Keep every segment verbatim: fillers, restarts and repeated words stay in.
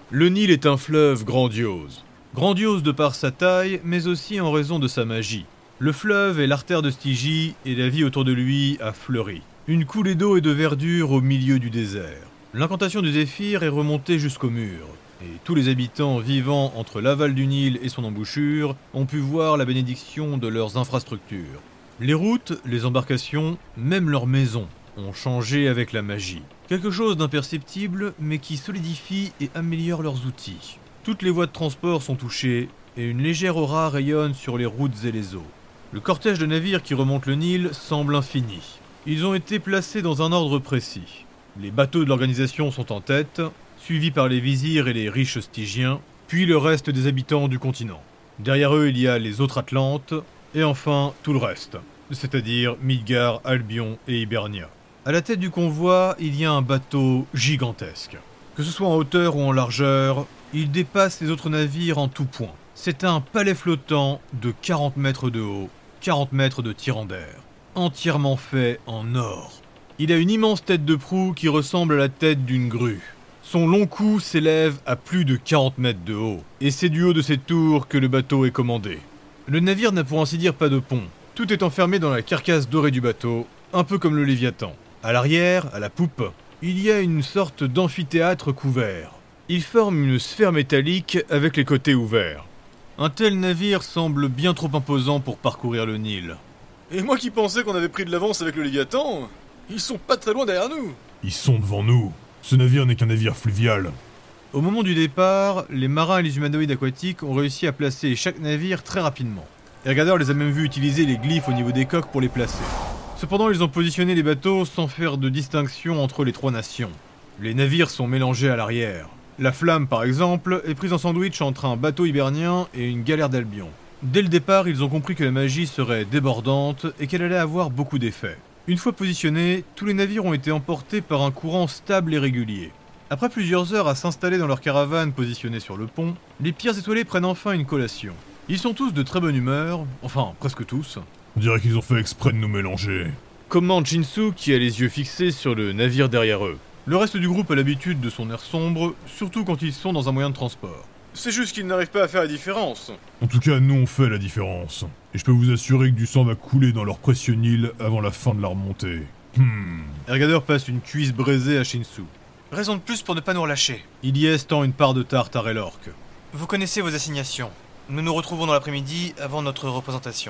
Le Nil est un fleuve grandiose. Grandiose de par sa taille, mais aussi en raison de sa magie. Le fleuve est l'artère de Stygie et la vie autour de lui a fleuri. Une coulée d'eau et de verdure au milieu du désert. L'incantation du Zéphyr est remontée jusqu'au mur, et tous les habitants vivant entre l'aval du Nil et son embouchure ont pu voir la bénédiction de leurs infrastructures. Les routes, les embarcations, même leurs maisons ont changé avec la magie. Quelque chose d'imperceptible, mais qui solidifie et améliore leurs outils. Toutes les voies de transport sont touchées, et une légère aura rayonne sur les routes et les eaux. Le cortège de navires qui remontent le Nil semble infini. Ils ont été placés dans un ordre précis. Les bateaux de l'organisation sont en tête, suivis par les vizirs et les riches stygiens, puis le reste des habitants du continent. Derrière eux, il y a les autres Atlantes, et enfin tout le reste, c'est-à-dire Midgard, Albion et Hibernia. À la tête du convoi, il y a un bateau gigantesque. Que ce soit en hauteur ou en largeur, il dépasse les autres navires en tout point. C'est un palais flottant de quarante mètres de haut, quarante mètres de tirant d'air, entièrement fait en or. Il a une immense tête de proue qui ressemble à la tête d'une grue. Son long cou s'élève à plus de quarante mètres de haut, et c'est du haut de cette tour que le bateau est commandé. Le navire n'a pour ainsi dire pas de pont. Tout est enfermé dans la carcasse dorée du bateau, un peu comme le Léviathan. À l'arrière, à la poupe, il y a une sorte d'amphithéâtre couvert. Il forme une sphère métallique avec les côtés ouverts. Un tel navire semble bien trop imposant pour parcourir le Nil. Et moi qui pensais qu'on avait pris de l'avance avec le Léviathan, ils sont pas très loin derrière nous. Ils sont devant nous. Ce navire n'est qu'un navire fluvial. Au moment du départ, les marins et les humanoïdes aquatiques ont réussi à placer chaque navire très rapidement. Ergador les a même vus utiliser les glyphes au niveau des coques pour les placer. Cependant, ils ont positionné les bateaux sans faire de distinction entre les trois nations. Les navires sont mélangés à l'arrière. La Flamme, par exemple, est prise en sandwich entre un bateau hibernien et une galère d'Albion. Dès le départ, ils ont compris que la magie serait débordante et qu'elle allait avoir beaucoup d'effets. Une fois positionnés, tous les navires ont été emportés par un courant stable et régulier. Après plusieurs heures à s'installer dans leur caravane positionnée sur le pont, les pierres étoilées prennent enfin une collation. Ils sont tous de très bonne humeur, enfin presque tous. On dirait qu'ils ont fait exprès de nous mélanger. Commente Shinsu qui a les yeux fixés sur le navire derrière eux. Le reste du groupe a l'habitude de son air sombre, surtout quand ils sont dans un moyen de transport. C'est juste qu'ils n'arrivent pas à faire la différence. En tout cas, nous on fait la différence. Et je peux vous assurer que du sang va couler dans leur précieux Nil avant la fin de la remontée. Hmm. Ergador passe une cuisse braisée à Shinsu. Raison de plus pour ne pas nous relâcher. Ilyes tend une part de tarte à Relorque. Vous connaissez vos assignations. Nous nous retrouvons dans l'après-midi avant notre représentation.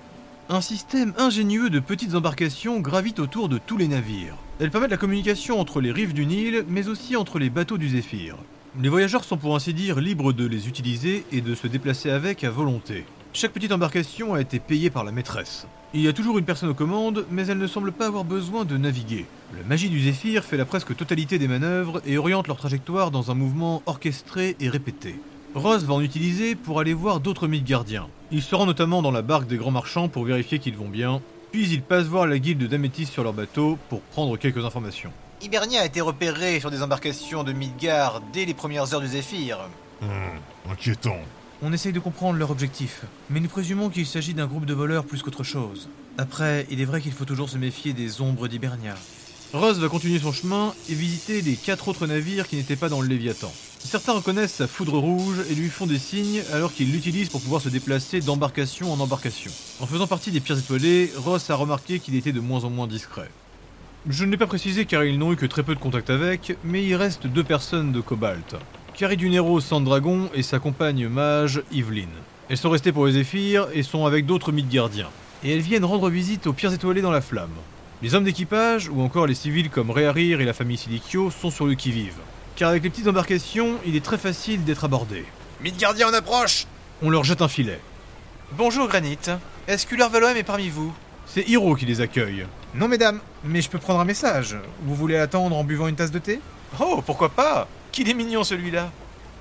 Un système ingénieux de petites embarcations gravite autour de tous les navires. Elles permettent la communication entre les rives du Nil, mais aussi entre les bateaux du Zéphyr. Les voyageurs sont pour ainsi dire libres de les utiliser et de se déplacer avec à volonté. Chaque petite embarcation a été payée par la maîtresse. Il y a toujours une personne aux commandes, mais elle ne semble pas avoir besoin de naviguer. La magie du Zéphyr fait la presque totalité des manœuvres et oriente leur trajectoire dans un mouvement orchestré et répété. Ross va en utiliser pour aller voir d'autres Midgardiens. Il se rend notamment dans la barque des grands marchands pour vérifier qu'ils vont bien, puis il passe voir la guilde d'Améthyst sur leur bateau pour prendre quelques informations. Hibernia a été repéré sur des embarcations de Midgard dès les premières heures du Zéphyr. Hmm, inquiétant. On essaye de comprendre leur objectif, mais nous présumons qu'il s'agit d'un groupe de voleurs plus qu'autre chose. Après, il est vrai qu'il faut toujours se méfier des ombres d'Hibernia. Ross va continuer son chemin et visiter les quatre autres navires qui n'étaient pas dans le Léviathan. Certains reconnaissent sa foudre rouge et lui font des signes alors qu'ils l'utilisent pour pouvoir se déplacer d'embarcation en embarcation. En faisant partie des pierres étoilées, Ross a remarqué qu'il était de moins en moins discret. Je ne l'ai pas précisé car ils n'ont eu que très peu de contact avec, mais il reste deux personnes de Cobalt. Carrie Dunero Sandragon et sa compagne mage Evelyn. Elles sont restées pour les Zéphyrs et sont avec d'autres Midgardiens. Et elles viennent rendre visite aux pierres étoilées dans la flamme. Les hommes d'équipage, ou encore les civils comme Réarir et la famille Silicio, sont sur le qui-vive. Car avec les petites embarcations, il est très facile d'être abordé. Midgardien en approche. On leur jette un filet. Bonjour Granit, est-ce que Valoem est parmi vous? C'est Hiro qui les accueille. Non mesdames, mais je peux prendre un message. Vous voulez attendre en buvant une tasse de thé? Oh, pourquoi pas? Qu'il est mignon celui-là.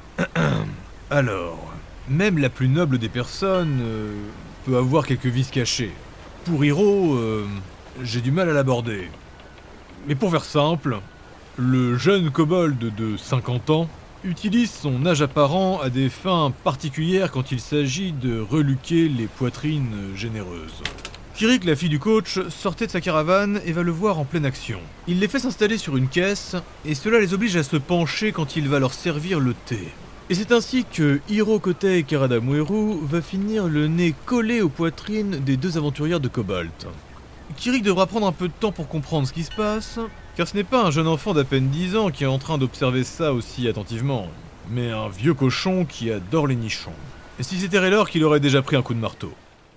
Alors, même la plus noble des personnes euh, peut avoir quelques vices cachés. Pour Hiro, euh, j'ai du mal à l'aborder. Mais pour faire simple, le jeune kobold de cinquante ans utilise son âge apparent à des fins particulières quand il s'agit de reluquer les poitrines généreuses. Kirik, la fille du coach, sortait de sa caravane et va le voir en pleine action. Il les fait s'installer sur une caisse, et cela les oblige à se pencher quand il va leur servir le thé. Et c'est ainsi que Hiro Kotei Karadamueru va finir le nez collé aux poitrines des deux aventurières de Cobalt. Kirik devra prendre un peu de temps pour comprendre ce qui se passe, car ce n'est pas un jeune enfant d'à peine dix ans qui est en train d'observer ça aussi attentivement, mais un vieux cochon qui adore les nichons. Et si c'était Raylor, qu'il aurait déjà pris un coup de marteau.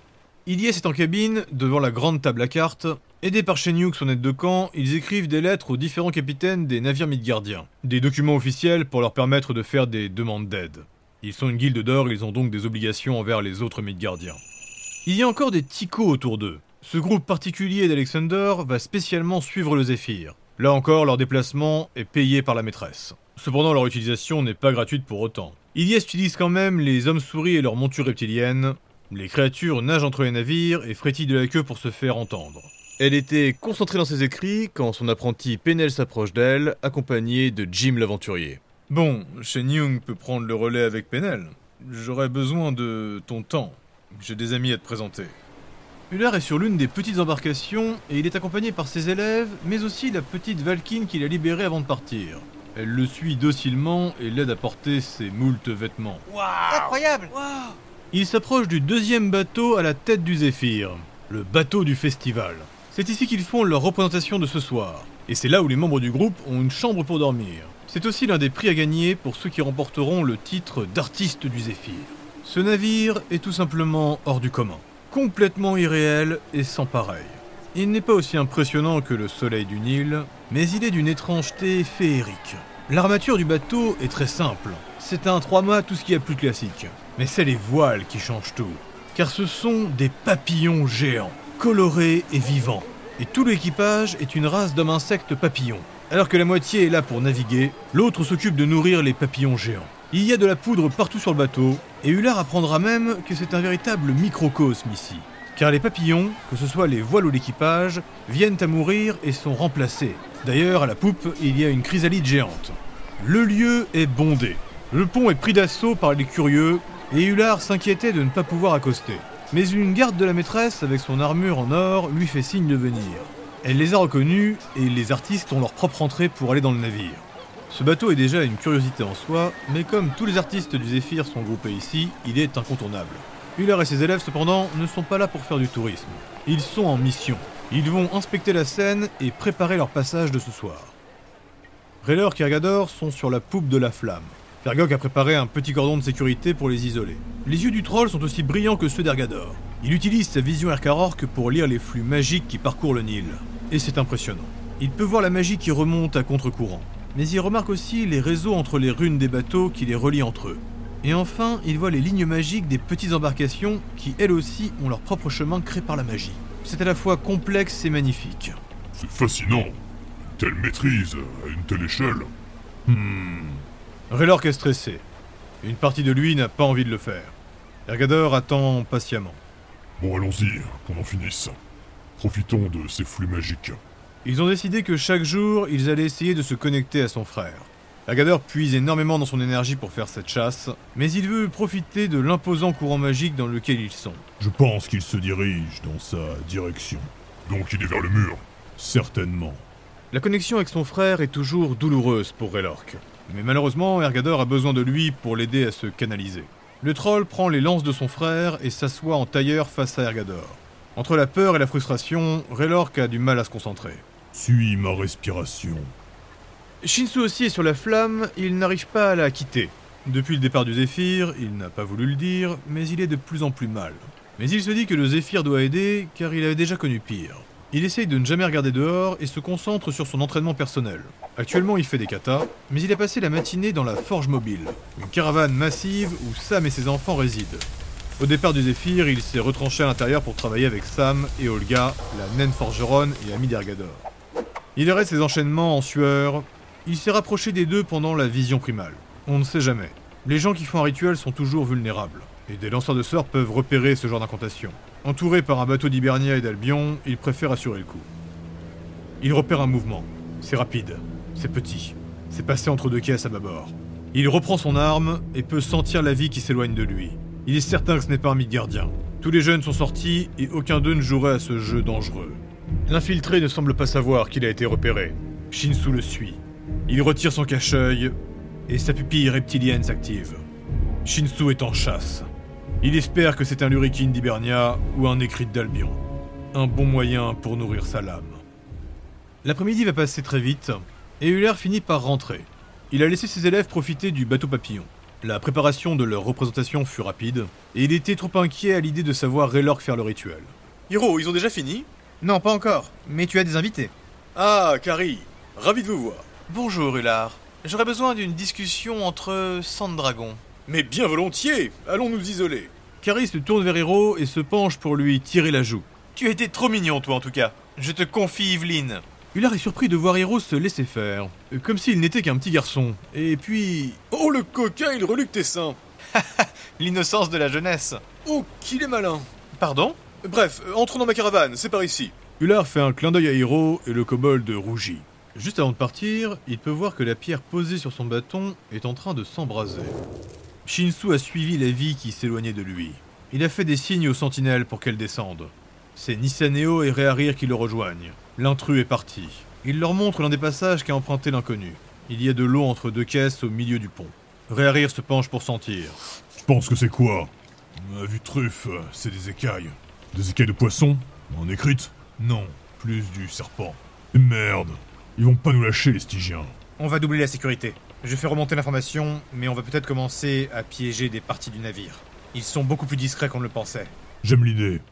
Ilyes est en cabine, devant la grande table à cartes. Aidés par Shenyuk, son aide de camp, ils écrivent des lettres aux différents capitaines des navires midgardiens. Des documents officiels pour leur permettre de faire des demandes d'aide. Ils sont une guilde d'or, ils ont donc des obligations envers les autres midgardiens. Il y a encore des Tico autour d'eux. Ce groupe particulier d'Alexander va spécialement suivre le Zéphyr. Là encore, leur déplacement est payé par la maîtresse. Cependant, leur utilisation n'est pas gratuite pour autant. Ilyes utilise quand même les hommes-souris et leurs montures reptiliennes. Les créatures nagent entre les navires et frétillent de la queue pour se faire entendre. Elle était concentrée dans ses écrits quand son apprenti Penel s'approche d'elle, accompagné de Jim l'aventurier. Bon, Shenyuk peut prendre le relais avec Penel. J'aurais besoin de ton temps. J'ai des amis à te présenter. Ular est sur l'une des petites embarcations et il est accompagné par ses élèves, mais aussi la petite Valkyne qu'il a libérée avant de partir. Elle le suit docilement et l'aide à porter ses moultes vêtements. Wow. Incroyable. Wow. Il s'approche du deuxième bateau à la tête du Zéphyr, le bateau du festival. C'est ici qu'ils font leur représentation de ce soir, et c'est là où les membres du groupe ont une chambre pour dormir. C'est aussi l'un des prix à gagner pour ceux qui remporteront le titre d'artiste du Zéphyr. Ce navire est tout simplement hors du commun, complètement irréel et sans pareil. Il n'est pas aussi impressionnant que le soleil du Nil, mais il est d'une étrangeté féerique. L'armature du bateau est très simple, c'est un trois-mâts tout ce qu'il y a de plus classique. Mais c'est les voiles qui changent tout, car ce sont des papillons géants, colorés et vivants. Et tout l'équipage est une race d'hommes insectes papillons. Alors que la moitié est là pour naviguer, l'autre s'occupe de nourrir les papillons géants. Il y a de la poudre partout sur le bateau, et Ular apprendra même que c'est un véritable microcosme ici. Car les papillons, que ce soit les voiles ou l'équipage, viennent à mourir et sont remplacés. D'ailleurs, à la poupe, il y a une chrysalide géante. Le lieu est bondé. Le pont est pris d'assaut par les curieux, et Ular s'inquiétait de ne pas pouvoir accoster. Mais une garde de la maîtresse, avec son armure en or, lui fait signe de venir. Elle les a reconnus, et les artistes ont leur propre entrée pour aller dans le navire. Ce bateau est déjà une curiosité en soi, mais comme tous les artistes du Zéphyr sont groupés ici, il est incontournable. Ular et ses élèves, cependant, ne sont pas là pour faire du tourisme. Ils sont en mission. Ils vont inspecter la scène et préparer leur passage de ce soir. Raylor et Ergador sont sur la poupe de la Flamme. Fergok a préparé un petit cordon de sécurité pour les isoler. Les yeux du troll sont aussi brillants que ceux d'Ergador. Il utilise sa vision Erkarork pour lire les flux magiques qui parcourent le Nil. Et c'est impressionnant. Il peut voir la magie qui remonte à contre-courant. Mais il remarque aussi les réseaux entre les runes des bateaux qui les relient entre eux. Et enfin, il voit les lignes magiques des petites embarcations qui, elles aussi, ont leur propre chemin créé par la magie. C'est à la fois complexe et magnifique. C'est fascinant. Une telle maîtrise, à une telle échelle. Hmm... Raylor est stressé. Une partie de lui n'a pas envie de le faire. Ergador attend patiemment. Bon, allons-y, qu'on en finisse. Profitons de ces flux magiques. Ils ont décidé que chaque jour, ils allaient essayer de se connecter à son frère. Ergador puise énormément dans son énergie pour faire cette chasse, mais il veut profiter de l'imposant courant magique dans lequel ils sont. Je pense qu'il se dirige dans sa direction. Donc il est vers le mur. Certainement. La connexion avec son frère est toujours douloureuse pour Raylor. Mais malheureusement, Ergador a besoin de lui pour l'aider à se canaliser. Le troll prend les lances de son frère et s'assoit en tailleur face à Ergador. Entre la peur et la frustration, Raylor a du mal à se concentrer. Suis ma respiration. Shinsu aussi est sur la flamme, il n'arrive pas à la quitter. Depuis le départ du Zéphyr, il n'a pas voulu le dire, mais il est de plus en plus mal. Mais il se dit que le Zéphyr doit aider, car il avait déjà connu pire. Il essaye de ne jamais regarder dehors et se concentre sur son entraînement personnel. Actuellement, il fait des katas, mais il a passé la matinée dans la Forge Mobile, une caravane massive où Sam et ses enfants résident. Au départ du Zéphyr, il s'est retranché à l'intérieur pour travailler avec Sam et Olga, la naine forgeronne et amie d'Ergador. Il arrête ses enchaînements en sueur. Il s'est rapproché des deux pendant la vision primale. On ne sait jamais. Les gens qui font un rituel sont toujours vulnérables, et des lanceurs de sorts peuvent repérer ce genre d'incantation. Entouré par un bateau d'Hibernia et d'Albion, il préfère assurer le coup. Il repère un mouvement. C'est rapide. C'est petit. C'est passé entre deux caisses à bâbord. Il reprend son arme et peut sentir la vie qui s'éloigne de lui. Il est certain que ce n'est pas un Midgardien. Tous les jeunes sont sortis et aucun d'eux ne jouerait à ce jeu dangereux. L'infiltré ne semble pas savoir qu'il a été repéré. Shinsu le suit. Il retire son cache-œil et sa pupille reptilienne s'active. Shinsu est en chasse. Il espère que c'est un lurikin d'Hibernia ou un écrite d'Albion. Un bon moyen pour nourrir sa lame. L'après-midi va passer très vite et Uller finit par rentrer. Il a laissé ses élèves profiter du bateau papillon. La préparation de leur représentation fut rapide, et il était trop inquiet à l'idée de savoir Raylork faire le rituel. Hiro, ils ont déjà fini? Non, pas encore, mais tu as des invités. Ah, Kari, ravi de vous voir. Bonjour, Ular. J'aurais besoin d'une discussion entre Sand-Dragon. Mais bien volontiers, allons nous isoler. Kari se tourne vers Hiro et se penche pour lui tirer la joue. Tu étais trop mignon, toi, en tout cas. Je te confie Yveline. Uller est surpris de voir Hiro se laisser faire, comme s'il n'était qu'un petit garçon. Et puis... Oh, le coquin, il reluque tes seins. L'innocence de la jeunesse. Oh, qu'il est malin. Pardon? Bref, entrons dans ma caravane, c'est par ici. Uller fait un clin d'œil à Hiro et le kobold rougit. Juste avant de partir, il peut voir que la pierre posée sur son bâton est en train de s'embraser. Shinsu a suivi la vie qui s'éloignait de lui. Il a fait des signes aux sentinelles pour qu'elles descendent. C'est Nisaneo et Réarir qui le rejoignent. L'intrus est parti. Il leur montre l'un des passages qu'a emprunté l'inconnu. Il y a de l'eau entre deux caisses au milieu du pont. Réarir se penche pour sentir. Je pense que c'est quoi? À vue truffe, c'est des écailles. Des écailles de poisson? En écrite? Non, plus du serpent. Et merde, ils vont pas nous lâcher les Stygiens. On va doubler la sécurité. Je fais remonter l'information, mais on va peut-être commencer à piéger des parties du navire. Ils sont beaucoup plus discrets qu'on ne le pensait. J'aime l'idée.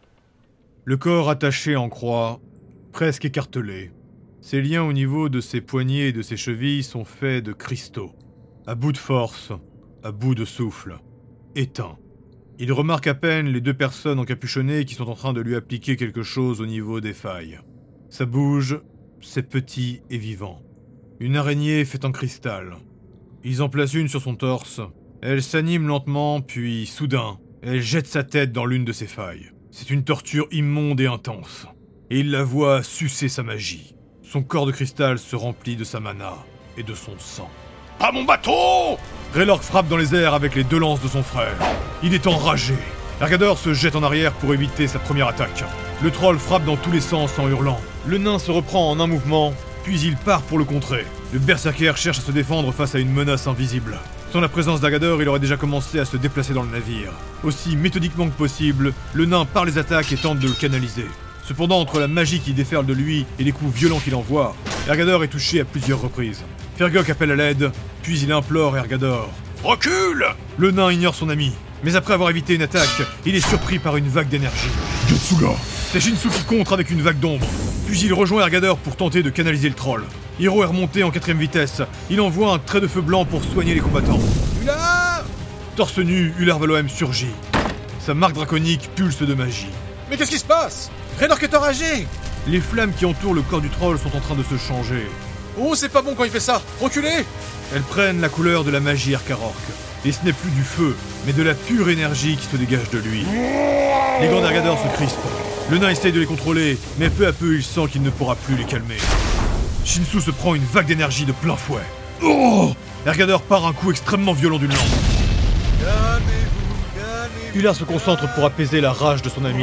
Le corps attaché en croix, presque écartelé. Ses liens au niveau de ses poignets et de ses chevilles sont faits de cristaux. À bout de force, à bout de souffle, éteint. Il remarque à peine les deux personnes encapuchonnées qui sont en train de lui appliquer quelque chose au niveau des failles. Ça bouge, c'est petit et vivant. Une araignée faite en cristal. Ils en placent une sur son torse. Elle s'anime lentement, puis, soudain, elle jette sa tête dans l'une de ses failles. C'est une torture immonde et intense. Et il la voit sucer sa magie. Son corps de cristal se remplit de sa mana et de son sang. « Pas mon bateau !» Raylork frappe dans les airs avec les deux lances de son frère. Il est enragé. Ergador se jette en arrière pour éviter sa première attaque. Le troll frappe dans tous les sens en hurlant. Le nain se reprend en un mouvement, puis il part pour le contrer. Le berserker cherche à se défendre face à une menace invisible. Sans la présence d'Ergador, il aurait déjà commencé à se déplacer dans le navire. Aussi méthodiquement que possible, le nain part les attaques et tente de le canaliser. Cependant, entre la magie qui déferle de lui et les coups violents qu'il envoie, Ergador est touché à plusieurs reprises. Fergok appelle à l'aide, puis il implore Ergador. « Recule !» Le nain ignore son ami, mais après avoir évité une attaque, il est surpris par une vague d'énergie. Getsuga! C'est Shinsu qui contre avec une vague d'ombre. Puis il rejoint Ergador pour tenter de canaliser le troll. Hiro est remonté en quatrième vitesse. Il envoie un trait de feu blanc pour soigner les combattants. Ular! Torse nu, Ular Valohem surgit. Sa marque draconique pulse de magie. Mais qu'est-ce qui se passe? Raylork est enragé! Les flammes qui entourent le corps du troll sont en train de se changer. Oh, c'est pas bon quand il fait ça. Reculez! Elles prennent la couleur de la magie Erkarork. Et ce n'est plus du feu, mais de la pure énergie qui se dégage de lui. Les gants d'Ergador se crispent. Le nain essaye de les contrôler, mais peu à peu il sent qu'il ne pourra plus les calmer. Shinsu se prend une vague d'énergie de plein fouet. Oh! Ergador part un coup extrêmement violent d'une lance. Calmez-vous, calmez-vous. Ular se concentre pour apaiser la rage de son ami.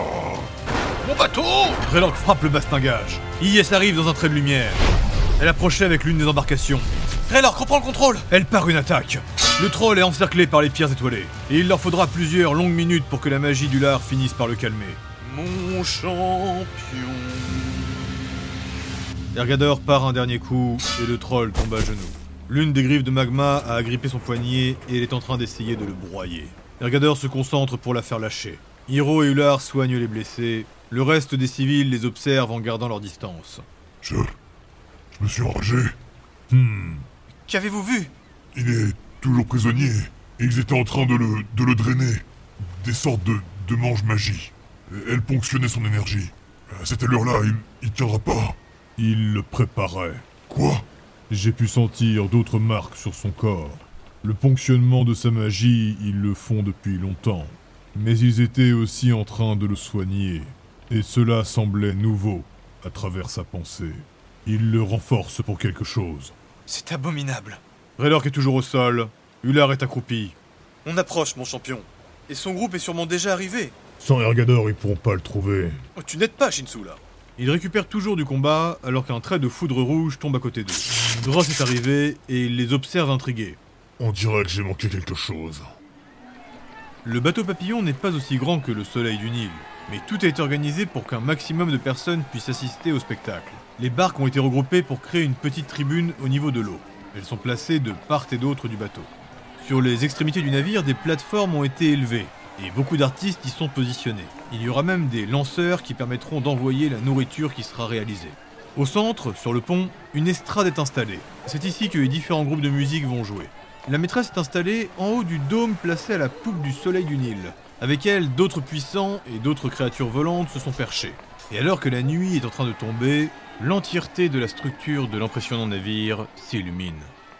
Mon bateau! Raylork frappe le bastingage. Ies arrive dans un trait de lumière. Elle approchait avec l'une des embarcations. Raylork, reprends le contrôle! Elle part une attaque. Le troll est encerclé par les pierres étoilées. Et il leur faudra plusieurs longues minutes pour que la magie d'Ular finisse par le calmer. Mon champion. Ergador part un dernier coup et le troll tombe à genoux. L'une des griffes de magma a agrippé son poignet et elle est en train d'essayer de le broyer. Ergador se concentre pour la faire lâcher. Hiro et Ular soignent les blessés. Le reste des civils les observe en gardant leur distance. Je... Je me suis enragé. Hmm... Qu'avez-vous vu? Il est toujours prisonnier. Et ils étaient en train de le... de le drainer. Des sortes de... de mange-magie. Elle ponctionnait son énergie. À cette allure-là, il... il tiendra pas. Il le préparait. Quoi? J'ai pu sentir d'autres marques sur son corps. Le ponctionnement de sa magie, ils le font depuis longtemps. Mais ils étaient aussi en train de le soigner. Et cela semblait nouveau à travers sa pensée. Il le renforce pour quelque chose. C'est abominable. Raylork est toujours au sol. Ular est accroupi. On approche, mon champion. Et son groupe est sûrement déjà arrivé. Sans Ergador, ils pourront pas le trouver. Oh, tu n'aides pas, Shinsu, là. Ils récupèrent toujours du combat alors qu'un trait de foudre rouge tombe à côté d'eux. Ross est arrivé et il les observe intrigués. On dirait que j'ai manqué quelque chose. Le bateau papillon n'est pas aussi grand que le soleil du Nil, mais tout a été organisé pour qu'un maximum de personnes puissent assister au spectacle. Les barques ont été regroupées pour créer une petite tribune au niveau de l'eau. Elles sont placées de part et d'autre du bateau. Sur les extrémités du navire, des plateformes ont été élevées, et beaucoup d'artistes y sont positionnés. Il y aura même des lanceurs qui permettront d'envoyer la nourriture qui sera réalisée. Au centre, sur le pont, une estrade est installée. C'est ici que les différents groupes de musique vont jouer. La maîtresse est installée en haut du dôme placé à la poupe du soleil du Nil. Avec elle, d'autres puissants et d'autres créatures volantes se sont perchés. Et alors que la nuit est en train de tomber, l'entièreté de la structure de l'impressionnant navire s'illumine.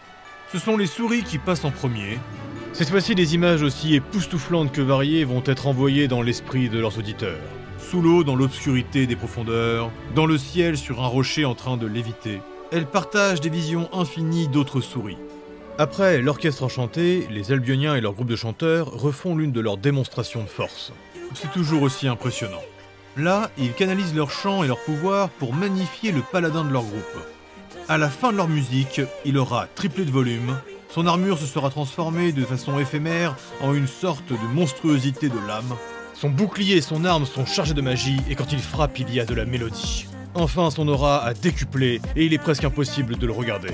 Ce sont les souris qui passent en premier. Cette fois-ci, des images aussi époustouflantes que variées vont être envoyées dans l'esprit de leurs auditeurs. Sous l'eau, dans l'obscurité des profondeurs, dans le ciel sur un rocher en train de léviter, elles partagent des visions infinies d'autres souris. Après l'orchestre enchanté, les Albioniens et leur groupe de chanteurs refont l'une de leurs démonstrations de force. C'est toujours aussi impressionnant. Là, ils canalisent leur chant et leur pouvoir pour magnifier le paladin de leur groupe. À la fin de leur musique, il aura triplé de volume, son armure se sera transformée de façon éphémère en une sorte de monstruosité de lame. Son bouclier et son arme sont chargés de magie et quand il frappe, il y a de la mélodie. Enfin, son aura a décuplé et il est presque impossible de le regarder.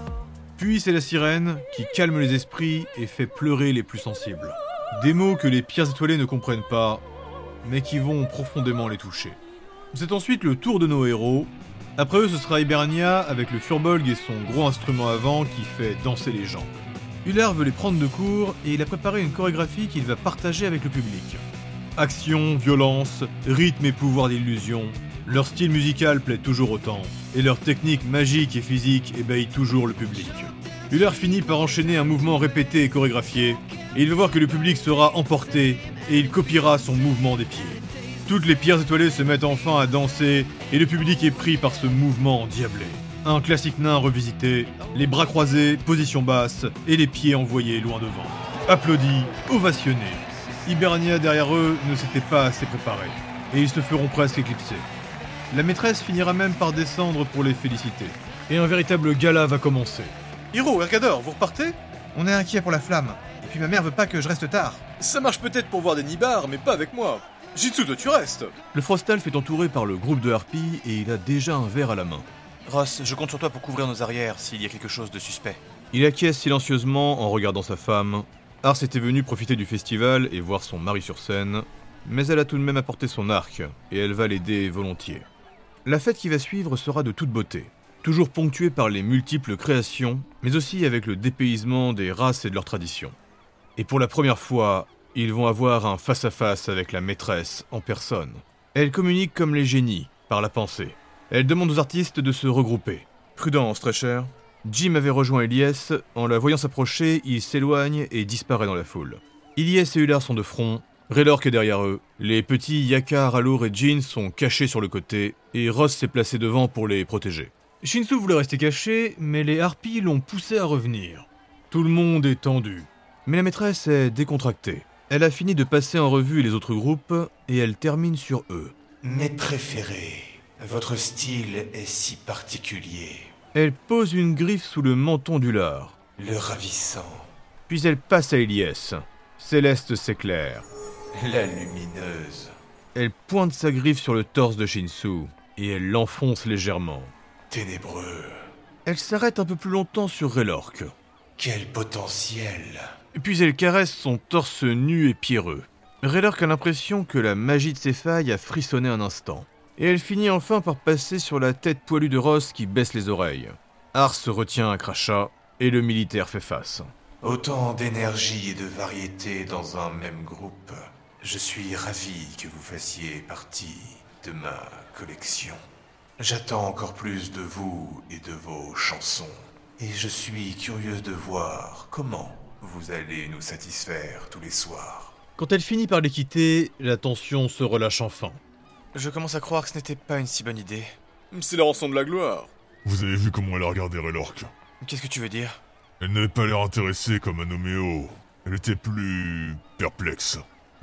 Puis c'est la sirène qui calme les esprits et fait pleurer les plus sensibles. Des mots que les pierres étoilées ne comprennent pas, mais qui vont profondément les toucher. C'est ensuite le tour de nos héros. Après eux, ce sera Hibernia avec le Furbolg et son gros instrument à vent qui fait danser les gens. Uller veut les prendre de court et il a préparé une chorégraphie qu'il va partager avec le public. Action, violence, rythme et pouvoir d'illusion, leur style musical plaît toujours autant, et leur technique magique et physique ébahit toujours le public. Uller finit par enchaîner un mouvement répété et chorégraphié, et il va voir que le public sera emporté, et il copiera son mouvement des pieds. Toutes les pierres étoilées se mettent enfin à danser, et le public est pris par ce mouvement endiablé. Un classique nain revisité, les bras croisés, position basse, et les pieds envoyés loin devant. Applaudis, ovationnés. Hibernia derrière eux ne s'était pas assez préparé, et ils se feront presque éclipser. La maîtresse finira même par descendre pour les féliciter. Et un véritable gala va commencer. Hiro, Ergador, vous repartez? On est inquiet pour la flamme. Et puis ma mère veut pas que je reste tard. Ça marche peut-être pour voir des nibards, mais pas avec moi. Jitsu, toi tu restes. Le Frostalf est entouré par le groupe de harpies et il a déjà un verre à la main. Ross, je compte sur toi pour couvrir nos arrières s'il y a quelque chose de suspect. Il acquiesce silencieusement en regardant sa femme. Ars était venue profiter du festival et voir son mari sur scène, mais elle a tout de même apporté son arc, et elle va l'aider volontiers. La fête qui va suivre sera de toute beauté, toujours ponctuée par les multiples créations, mais aussi avec le dépaysement des races et de leurs traditions. Et pour la première fois, ils vont avoir un face-à-face avec la maîtresse en personne. Elle communique comme les génies, par la pensée. Elle demande aux artistes de se regrouper. Prudence, très cher. Jim avait rejoint Ilyes, en la voyant s'approcher, il s'éloigne et disparaît dans la foule. Ilyes et Uller sont de front, Raylork est derrière eux, les petits Yakar, Alor et Jin sont cachés sur le côté, et Ross s'est placé devant pour les protéger. Shinsu voulait rester caché, mais les harpies l'ont poussé à revenir. Tout le monde est tendu, mais la maîtresse est décontractée. Elle a fini de passer en revue les autres groupes, et elle termine sur eux. Mes préférés, votre style est si particulier. Elle pose une griffe sous le menton du lard. Le ravissant. Puis elle passe à Ilyes. Céleste s'éclaire. La lumineuse. Elle pointe sa griffe sur le torse de Shinsu, et elle l'enfonce légèrement. Ténébreux. Elle s'arrête un peu plus longtemps sur Raylork. Quel potentiel. Puis elle caresse son torse nu et pierreux. Raylork a l'impression que la magie de ses failles a frissonné un instant. Et elle finit enfin par passer sur la tête poilue de Ross qui baisse les oreilles. Ars se retient un crachat, et le militaire fait face. Autant d'énergie et de variété dans un même groupe. Je suis ravi que vous fassiez partie de ma collection. J'attends encore plus de vous et de vos chansons. Et je suis curieuse de voir comment vous allez nous satisfaire tous les soirs. Quand elle finit par les quitter, la tension se relâche enfin. Je commence à croire que ce n'était pas une si bonne idée. C'est la rançon de la gloire. Vous avez vu comment elle a regardé Raylork? Qu'est-ce que tu veux dire? Elle n'avait pas l'air intéressée comme Anoméo. Elle était plus perplexe.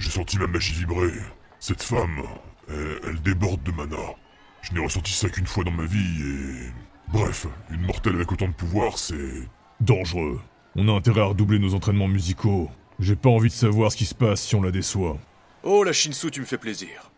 J'ai senti ma magie vibrer. Cette femme, elle, elle déborde de mana. Je n'ai ressenti ça qu'une fois dans ma vie et... Bref, une mortelle avec autant de pouvoir, c'est... dangereux. On a intérêt à redoubler nos entraînements musicaux. J'ai pas envie de savoir ce qui se passe si on la déçoit. Oh, la Shinsu, tu me fais plaisir.